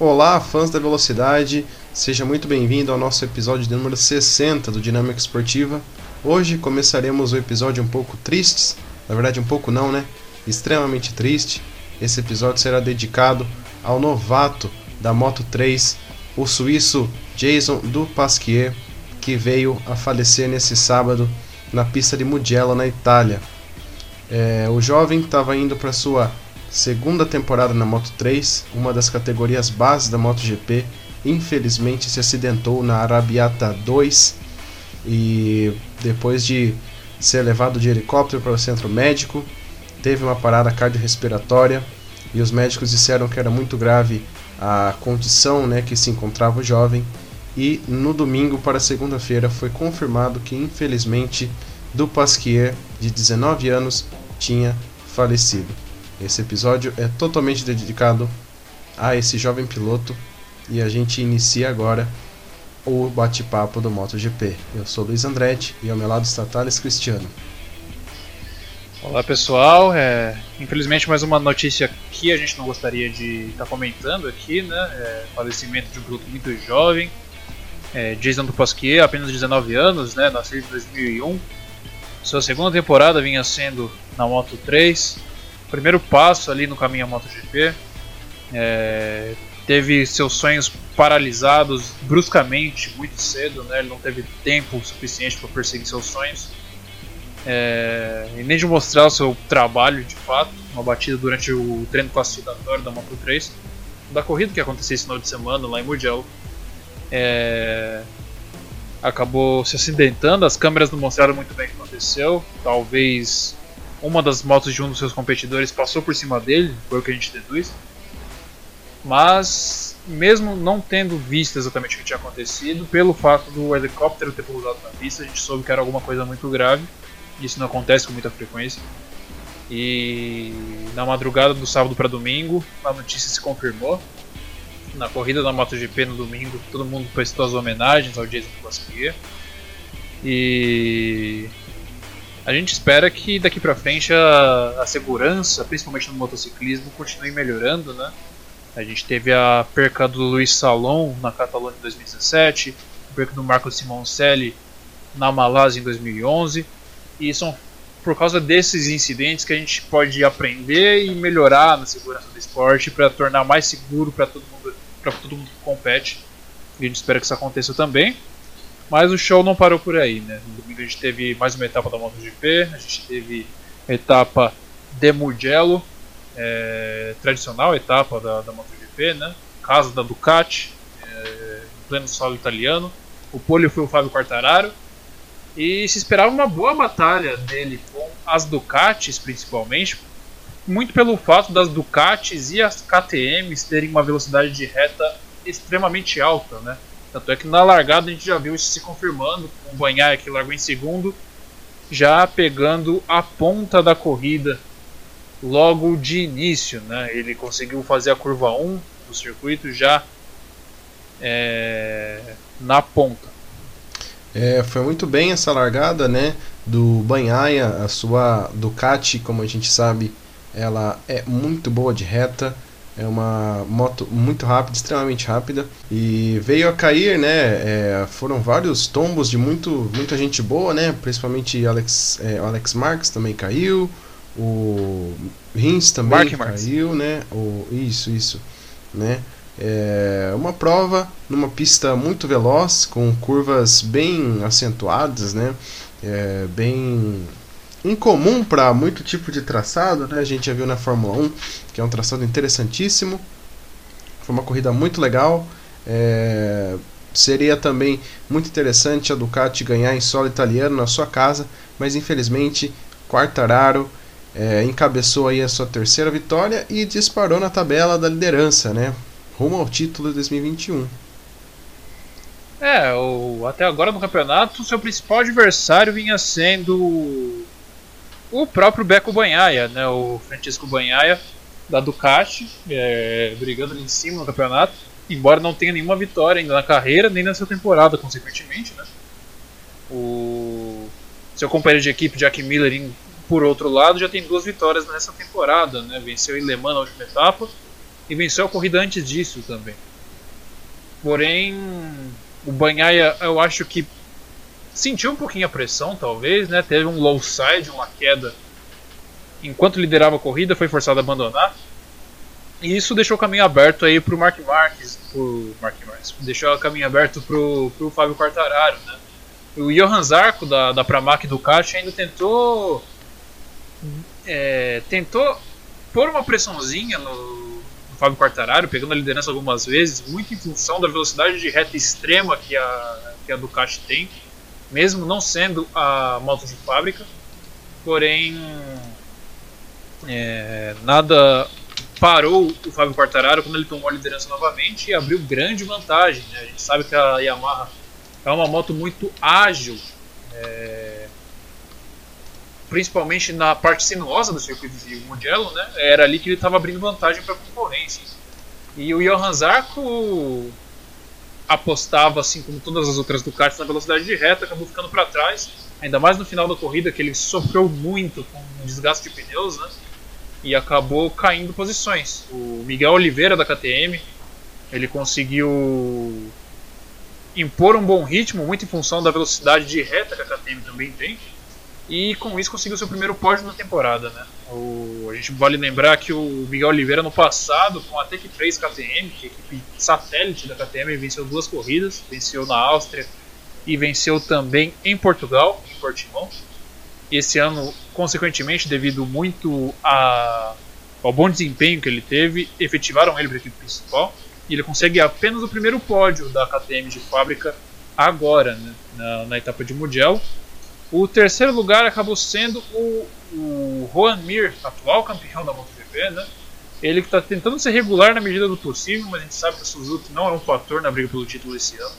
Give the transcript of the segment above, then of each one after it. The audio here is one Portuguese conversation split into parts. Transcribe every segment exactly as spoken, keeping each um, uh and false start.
Olá, fãs da velocidade, seja muito bem-vindo ao nosso episódio de número sessenta do Dinâmica Esportiva. Hoje começaremos o episódio um pouco triste, na verdade um pouco não, né? Extremamente triste. Esse episódio será dedicado ao novato da Moto três, o suíço Jason Dupasquier, que veio a falecer nesse sábado na pista de Mugello, na Itália. É, o jovem estava indo para sua segunda temporada na Moto três, uma das categorias base da MotoGP. Infelizmente se acidentou na Arrabiata dois e depois de ser levado de helicóptero para o centro médico, teve uma parada cardiorrespiratória e os médicos disseram que era muito grave a condição, né, que se encontrava o jovem. E no domingo para segunda-feira foi confirmado que infelizmente Dupasquier, de dezenove anos, tinha falecido. Esse episódio é totalmente dedicado a esse jovem piloto e a gente inicia agora o bate-papo do MotoGP. Eu sou Luiz Andretti e ao meu lado está Thales Cristiano. Olá pessoal, é, infelizmente mais uma notícia que a gente não gostaria de estar tá comentando aqui, né? É, falecimento de um piloto muito jovem, é, Jason Dupasquier, apenas dezenove anos, né? Nascido em dois mil e um. Sua segunda temporada vinha sendo na Moto três, primeiro passo ali no caminho à MotoGP. É, teve seus sonhos paralisados bruscamente, muito cedo, né? Ele não teve tempo suficiente para perseguir seus sonhos. É, e nem de mostrar o seu trabalho de fato, uma batida durante o treino classificatório da Moto três, da corrida que aconteceu esse final de semana lá em Mugello. É, acabou se acidentando, as câmeras não mostraram muito bem o que aconteceu. Talvez uma das motos de um dos seus competidores passou por cima dele, foi o que a gente deduz. Mas mesmo não tendo visto exatamente o que tinha acontecido, pelo fato do helicóptero ter pousado na pista, a gente soube que era alguma coisa muito grave. Isso não acontece com muita frequência. E na madrugada do sábado para domingo, a notícia se confirmou. Na corrida da MotoGP no domingo, todo mundo prestou as homenagens ao Jason Dupasquier. E a gente espera que daqui para frente a, a segurança, principalmente no motociclismo, continue melhorando, né? A gente teve a perca do Luis Salom na Catalunha em dois mil e dezessete, a perca do Marco Simoncelli na Malásia em dois mil e onze. E são por causa desses incidentes que a gente pode aprender e melhorar na segurança do esporte para tornar mais seguro para todo mundo, para todo mundo que compete. E a gente espera que isso aconteça também. Mas o show não parou por aí, né? No domingo a gente teve mais uma etapa da MotoGP, a gente teve a etapa de Mugello, é, tradicional etapa da, da MotoGP, né? Casa da Ducati, é, em pleno solo italiano. O pole foi o Fábio Quartararo. E se esperava uma boa batalha dele com as Ducatis, principalmente, muito pelo fato das Ducatis e as K T Ms terem uma velocidade de reta extremamente alta, né? Tanto é que na largada a gente já viu isso se confirmando, com o Bagnaia que largou em segundo, já pegando a ponta da corrida logo de início, né? Ele conseguiu fazer a curva um do circuito já é, na ponta. É, foi muito bem essa largada, né, do Bagnaia. A sua Ducati, como a gente sabe, ela é muito boa de reta, é uma moto muito rápida, extremamente rápida, e veio a cair, né, é, foram vários tombos de muito, muita gente boa, né, principalmente Alex, é, o Alex Marques também caiu, o Rins também Mark caiu, Marques. né, o, isso, isso, né. É uma prova numa pista muito veloz, com curvas bem acentuadas, né? É bem incomum para muito tipo de traçado, né? A gente já viu na Fórmula um, que é um traçado interessantíssimo. Foi uma corrida muito legal. É, seria também muito interessante a Ducati ganhar em solo italiano na sua casa, mas infelizmente Quartararo é, encabeçou aí a sua terceira vitória e disparou na tabela da liderança, né? Rumo ao título de dois mil e vinte e um. É, o, até agora no campeonato, seu principal adversário vinha sendo o próprio Pecco Bagnaia, né? O Francesco Bagnaia da Ducati, é, brigando ali em cima no campeonato, embora não tenha nenhuma vitória ainda na carreira, nem nessa temporada, consequentemente, né? O seu companheiro de equipe, Jack Miller, por outro lado, já tem duas vitórias nessa temporada, né? Venceu em Le Mans na última etapa e venceu a corrida antes disso também. Porém, o Bagnaia, eu acho que sentiu um pouquinho a pressão, talvez, né? Teve um low side, uma queda. Enquanto liderava a corrida, foi forçado a abandonar. E isso deixou o caminho aberto aí pro Mark Marques, pro Mark Marques, deixou o caminho aberto pro, pro Fábio Quartararo, né? O Johan Zarco da, da Pramac Ducati ainda tentou é, tentou pôr uma pressãozinha no, no Fábio Quartararo, pegando a liderança algumas vezes, muito em função da velocidade de reta extrema que a, que a Ducati tem, mesmo não sendo a moto de fábrica. Porém, é, nada parou o Fábio Quartararo quando ele tomou a liderança novamente e abriu grande vantagem, né? A gente sabe que a Yamaha é uma moto muito ágil, é, principalmente na parte sinuosa do circuito de Mugello, né? Era ali que ele estava abrindo vantagem para a concorrência. E o Johan Zarco apostava, assim como todas as outras Ducati, na velocidade de reta, acabou ficando para trás, ainda mais no final da corrida, que ele sofreu muito com o desgaste de pneus, né? E acabou caindo posições. O Miguel Oliveira da K T M, ele conseguiu impor um bom ritmo, muito em função da velocidade de reta que a K T M também tem, e com isso conseguiu seu primeiro pódio na temporada, né? O, a gente vale lembrar que o Miguel Oliveira no passado, com a Tech três K T M, que é a equipe satélite da K T M, venceu duas corridas, venceu na Áustria e venceu também em Portugal, em Portimão. Esse ano, consequentemente, devido muito a, ao bom desempenho que ele teve, efetivaram ele para a equipe principal. E ele consegue apenas o primeiro pódio da K T M de fábrica agora, né, na, na etapa de Mugello. O terceiro lugar acabou sendo o, o Joan Mir, atual campeão da MotoGP, né? Ele que está tentando ser regular na medida do possível, mas a gente sabe que a Suzuki não é um fator na briga pelo título esse ano.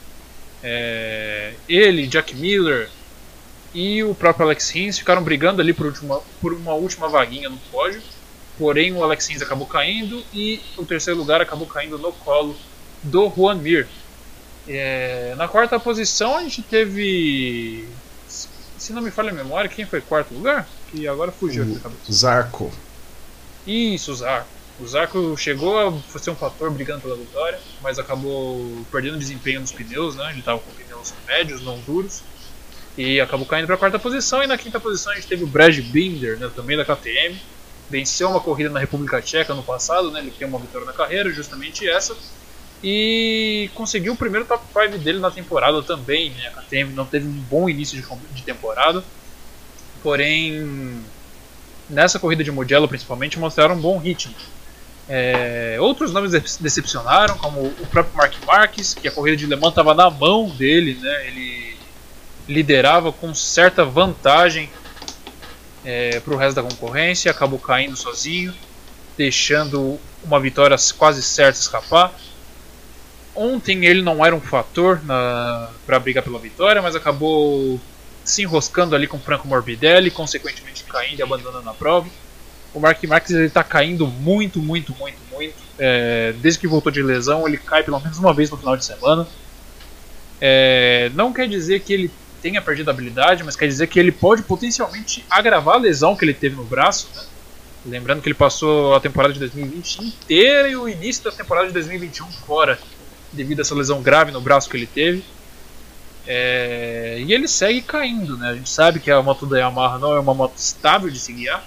É, ele, Jack Miller e o próprio Alex Rins ficaram brigando ali por, última, por uma última vaguinha no pódio. Porém, o Alex Rins acabou caindo e o terceiro lugar acabou caindo no colo do Joan Mir. É, na quarta posição a gente teve, se não me falha a memória, quem foi quarto lugar? Que agora fugiu aqui da cabeça. Zarco. Isso, o Zarco. O Zarco chegou a ser um fator brigando pela vitória, mas acabou perdendo desempenho nos pneus, né? Ele estava com pneus médios, não duros. E acabou caindo para a quarta posição. E na quinta posição a gente teve o Brad Binder, né, também da K T M. Venceu uma corrida na República Tcheca no passado, né, ele tem uma vitória na carreira, justamente essa. E conseguiu o primeiro top cinco dele na temporada também, né? A K T M não teve um bom início de, de temporada. Porém, nessa corrida de Mugello principalmente, mostraram um bom ritmo. É, outros nomes decepcionaram, como o próprio Mark Marques, que a corrida de Le Mans estava na mão dele, né? Ele liderava com certa vantagem é, para o resto da concorrência, acabou caindo sozinho, deixando uma vitória quase certa escapar. Ontem ele não era um fator para brigar pela vitória, mas acabou se enroscando ali com o Franco Morbidelli, consequentemente caindo e abandonando a prova. O Mark Marques está caindo muito, muito, muito, muito. É, desde que voltou de lesão, ele cai pelo menos uma vez no final de semana. É, não quer dizer que ele tenha perdido a habilidade, mas quer dizer que ele pode potencialmente agravar a lesão que ele teve no braço, né? Lembrando que ele passou a temporada de dois mil e vinte inteira e o início da temporada de dois mil e vinte e um fora, devido a essa lesão grave no braço que ele teve. É, e ele segue caindo, né? A gente sabe que a moto da Yamaha não é uma moto estável de se guiar.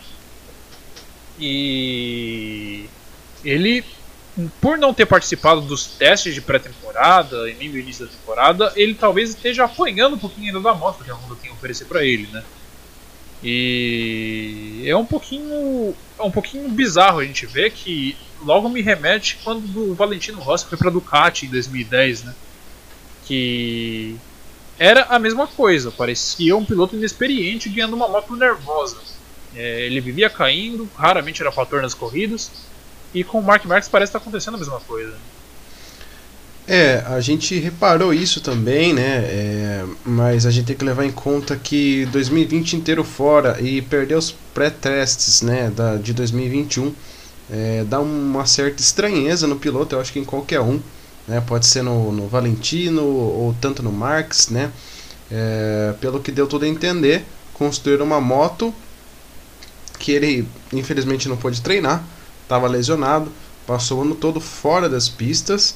E ele, por não ter participado dos testes de pré-temporada e nem do início da temporada, ele talvez esteja apanhando um pouquinho ainda da moto que a Honda tem a oferecer para ele, né? E é um pouquinho é um pouquinho bizarro a gente ver que logo me remete quando o Valentino Rossi foi para a Ducati em dois mil e dez, né? Que era a mesma coisa, parecia um piloto inexperiente guiando uma moto nervosa. É, ele vivia caindo, raramente era fator nas corridas, e com o Mark Marques parece estar acontecendo a mesma coisa. É, a gente reparou isso também, né? É, mas a gente tem que levar em conta que dois mil e vinte inteiro fora e perder os pré-testes, né, da, de dois mil e vinte e um é, dá uma certa estranheza no piloto, eu acho que em qualquer um, né? Pode ser no, no Valentino ou tanto no Marques, né? É, pelo que deu tudo a entender, construíram uma moto que ele infelizmente não pôde treinar, estava lesionado, passou o ano todo fora das pistas.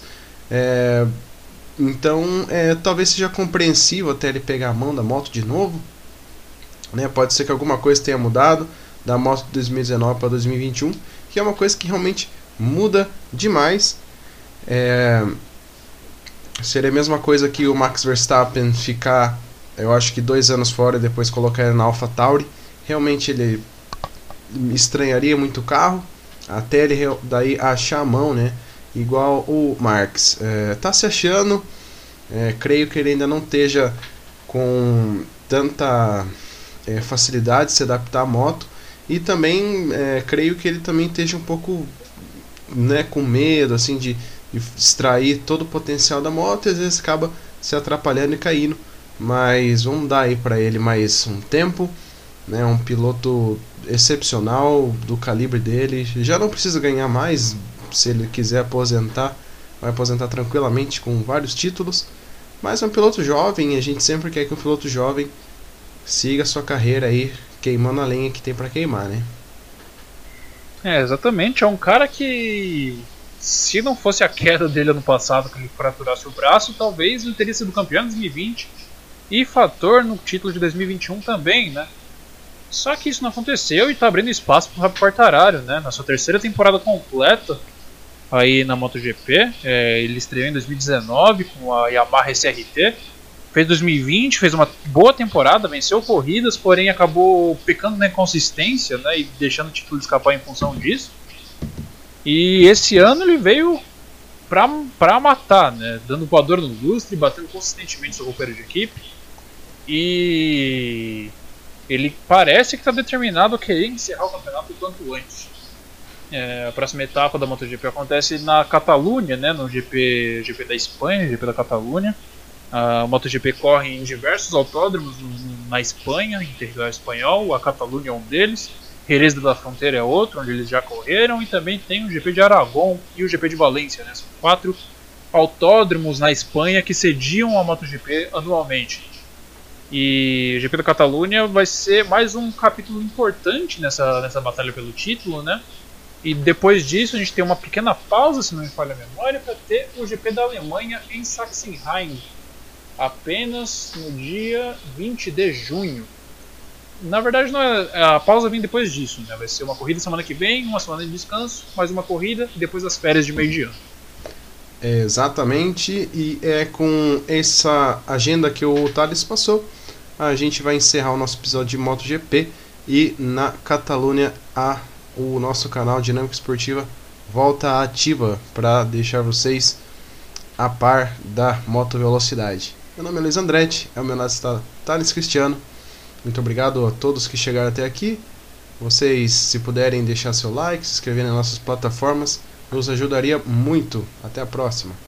É, então é, talvez seja compreensível até ele pegar a mão da moto de novo, né? Pode ser que alguma coisa tenha mudado da moto de dois mil e dezenove para dois mil e vinte e um, que é uma coisa que realmente muda demais. É, seria a mesma coisa que o Max Verstappen ficar, eu acho que dois anos fora e depois colocar ele na AlphaTauri. Realmente ele estranharia muito o carro, até ele daí achar a mão, né? Igual o Marx. É, tá se achando, é, creio que ele ainda não esteja com tanta é, facilidade de se adaptar à moto, e também é, creio que ele também esteja um pouco, né, com medo assim de, de extrair todo o potencial da moto, e às vezes acaba se atrapalhando e caindo. Mas vamos dar aí para ele mais um tempo, né? Um piloto excepcional do calibre dele, já não precisa ganhar mais. Se ele quiser aposentar, vai aposentar tranquilamente com vários títulos. Mas é um piloto jovem, e a gente sempre quer que um piloto jovem siga a sua carreira aí, queimando a lenha que tem para queimar, né? É, exatamente. É um cara que, se não fosse a queda dele ano passado, que ele fraturasse o braço, talvez ele teria sido campeão em dois mil e vinte e fator no título de dois mil e vinte e um também, né? Só que isso não aconteceu e está abrindo espaço para o Fábio Quartararo, né? Na sua terceira temporada completa aí na MotoGP, é, ele estreou em dois mil e dezenove com a Yamaha S R T, fez dois mil e vinte, fez uma boa temporada, venceu corridas, porém acabou pecando na inconsistência, né, e deixando o título escapar em função disso. E esse ano ele veio pra, pra matar, né, dando voador no lustre, batendo consistentemente seu companheiro de equipe. E ele parece que está determinado a querer encerrar o campeonato o quanto antes. É, a próxima etapa da MotoGP acontece na Catalunha, né, no G P, G P da Espanha, G P da Catalunha. A MotoGP corre em diversos autódromos na Espanha, em território espanhol. A Catalunha é um deles, Jerez de la Frontera é outro, onde eles já correram, e também tem o G P de Aragão e o G P de Valência, né? São quatro autódromos na Espanha que sediam a MotoGP anualmente. E o G P da Catalunha vai ser mais um capítulo importante nessa, nessa batalha pelo título, né? E depois disso a gente tem uma pequena pausa, se não me falha a memória, para ter o G P da Alemanha em Sachsenheim, apenas no dia vinte de junho. Na verdade, não é, a pausa vem depois disso, né? Vai ser uma corrida semana que vem, uma semana de descanso, mais uma corrida e depois as férias de meio de ano. É, exatamente, e é com essa agenda que o Thales passou, a gente vai encerrar o nosso episódio de MotoGP, e na Catalunha a, o nosso canal Dinâmica Esportiva volta ativa para deixar vocês a par da moto velocidade. Meu nome é Luiz Andretti, é o meu lado está Thales Cristiano. Muito obrigado a todos que chegaram até aqui. Vocês, se puderem deixar seu like, se inscrever nas nossas plataformas, nos ajudaria muito. Até a próxima.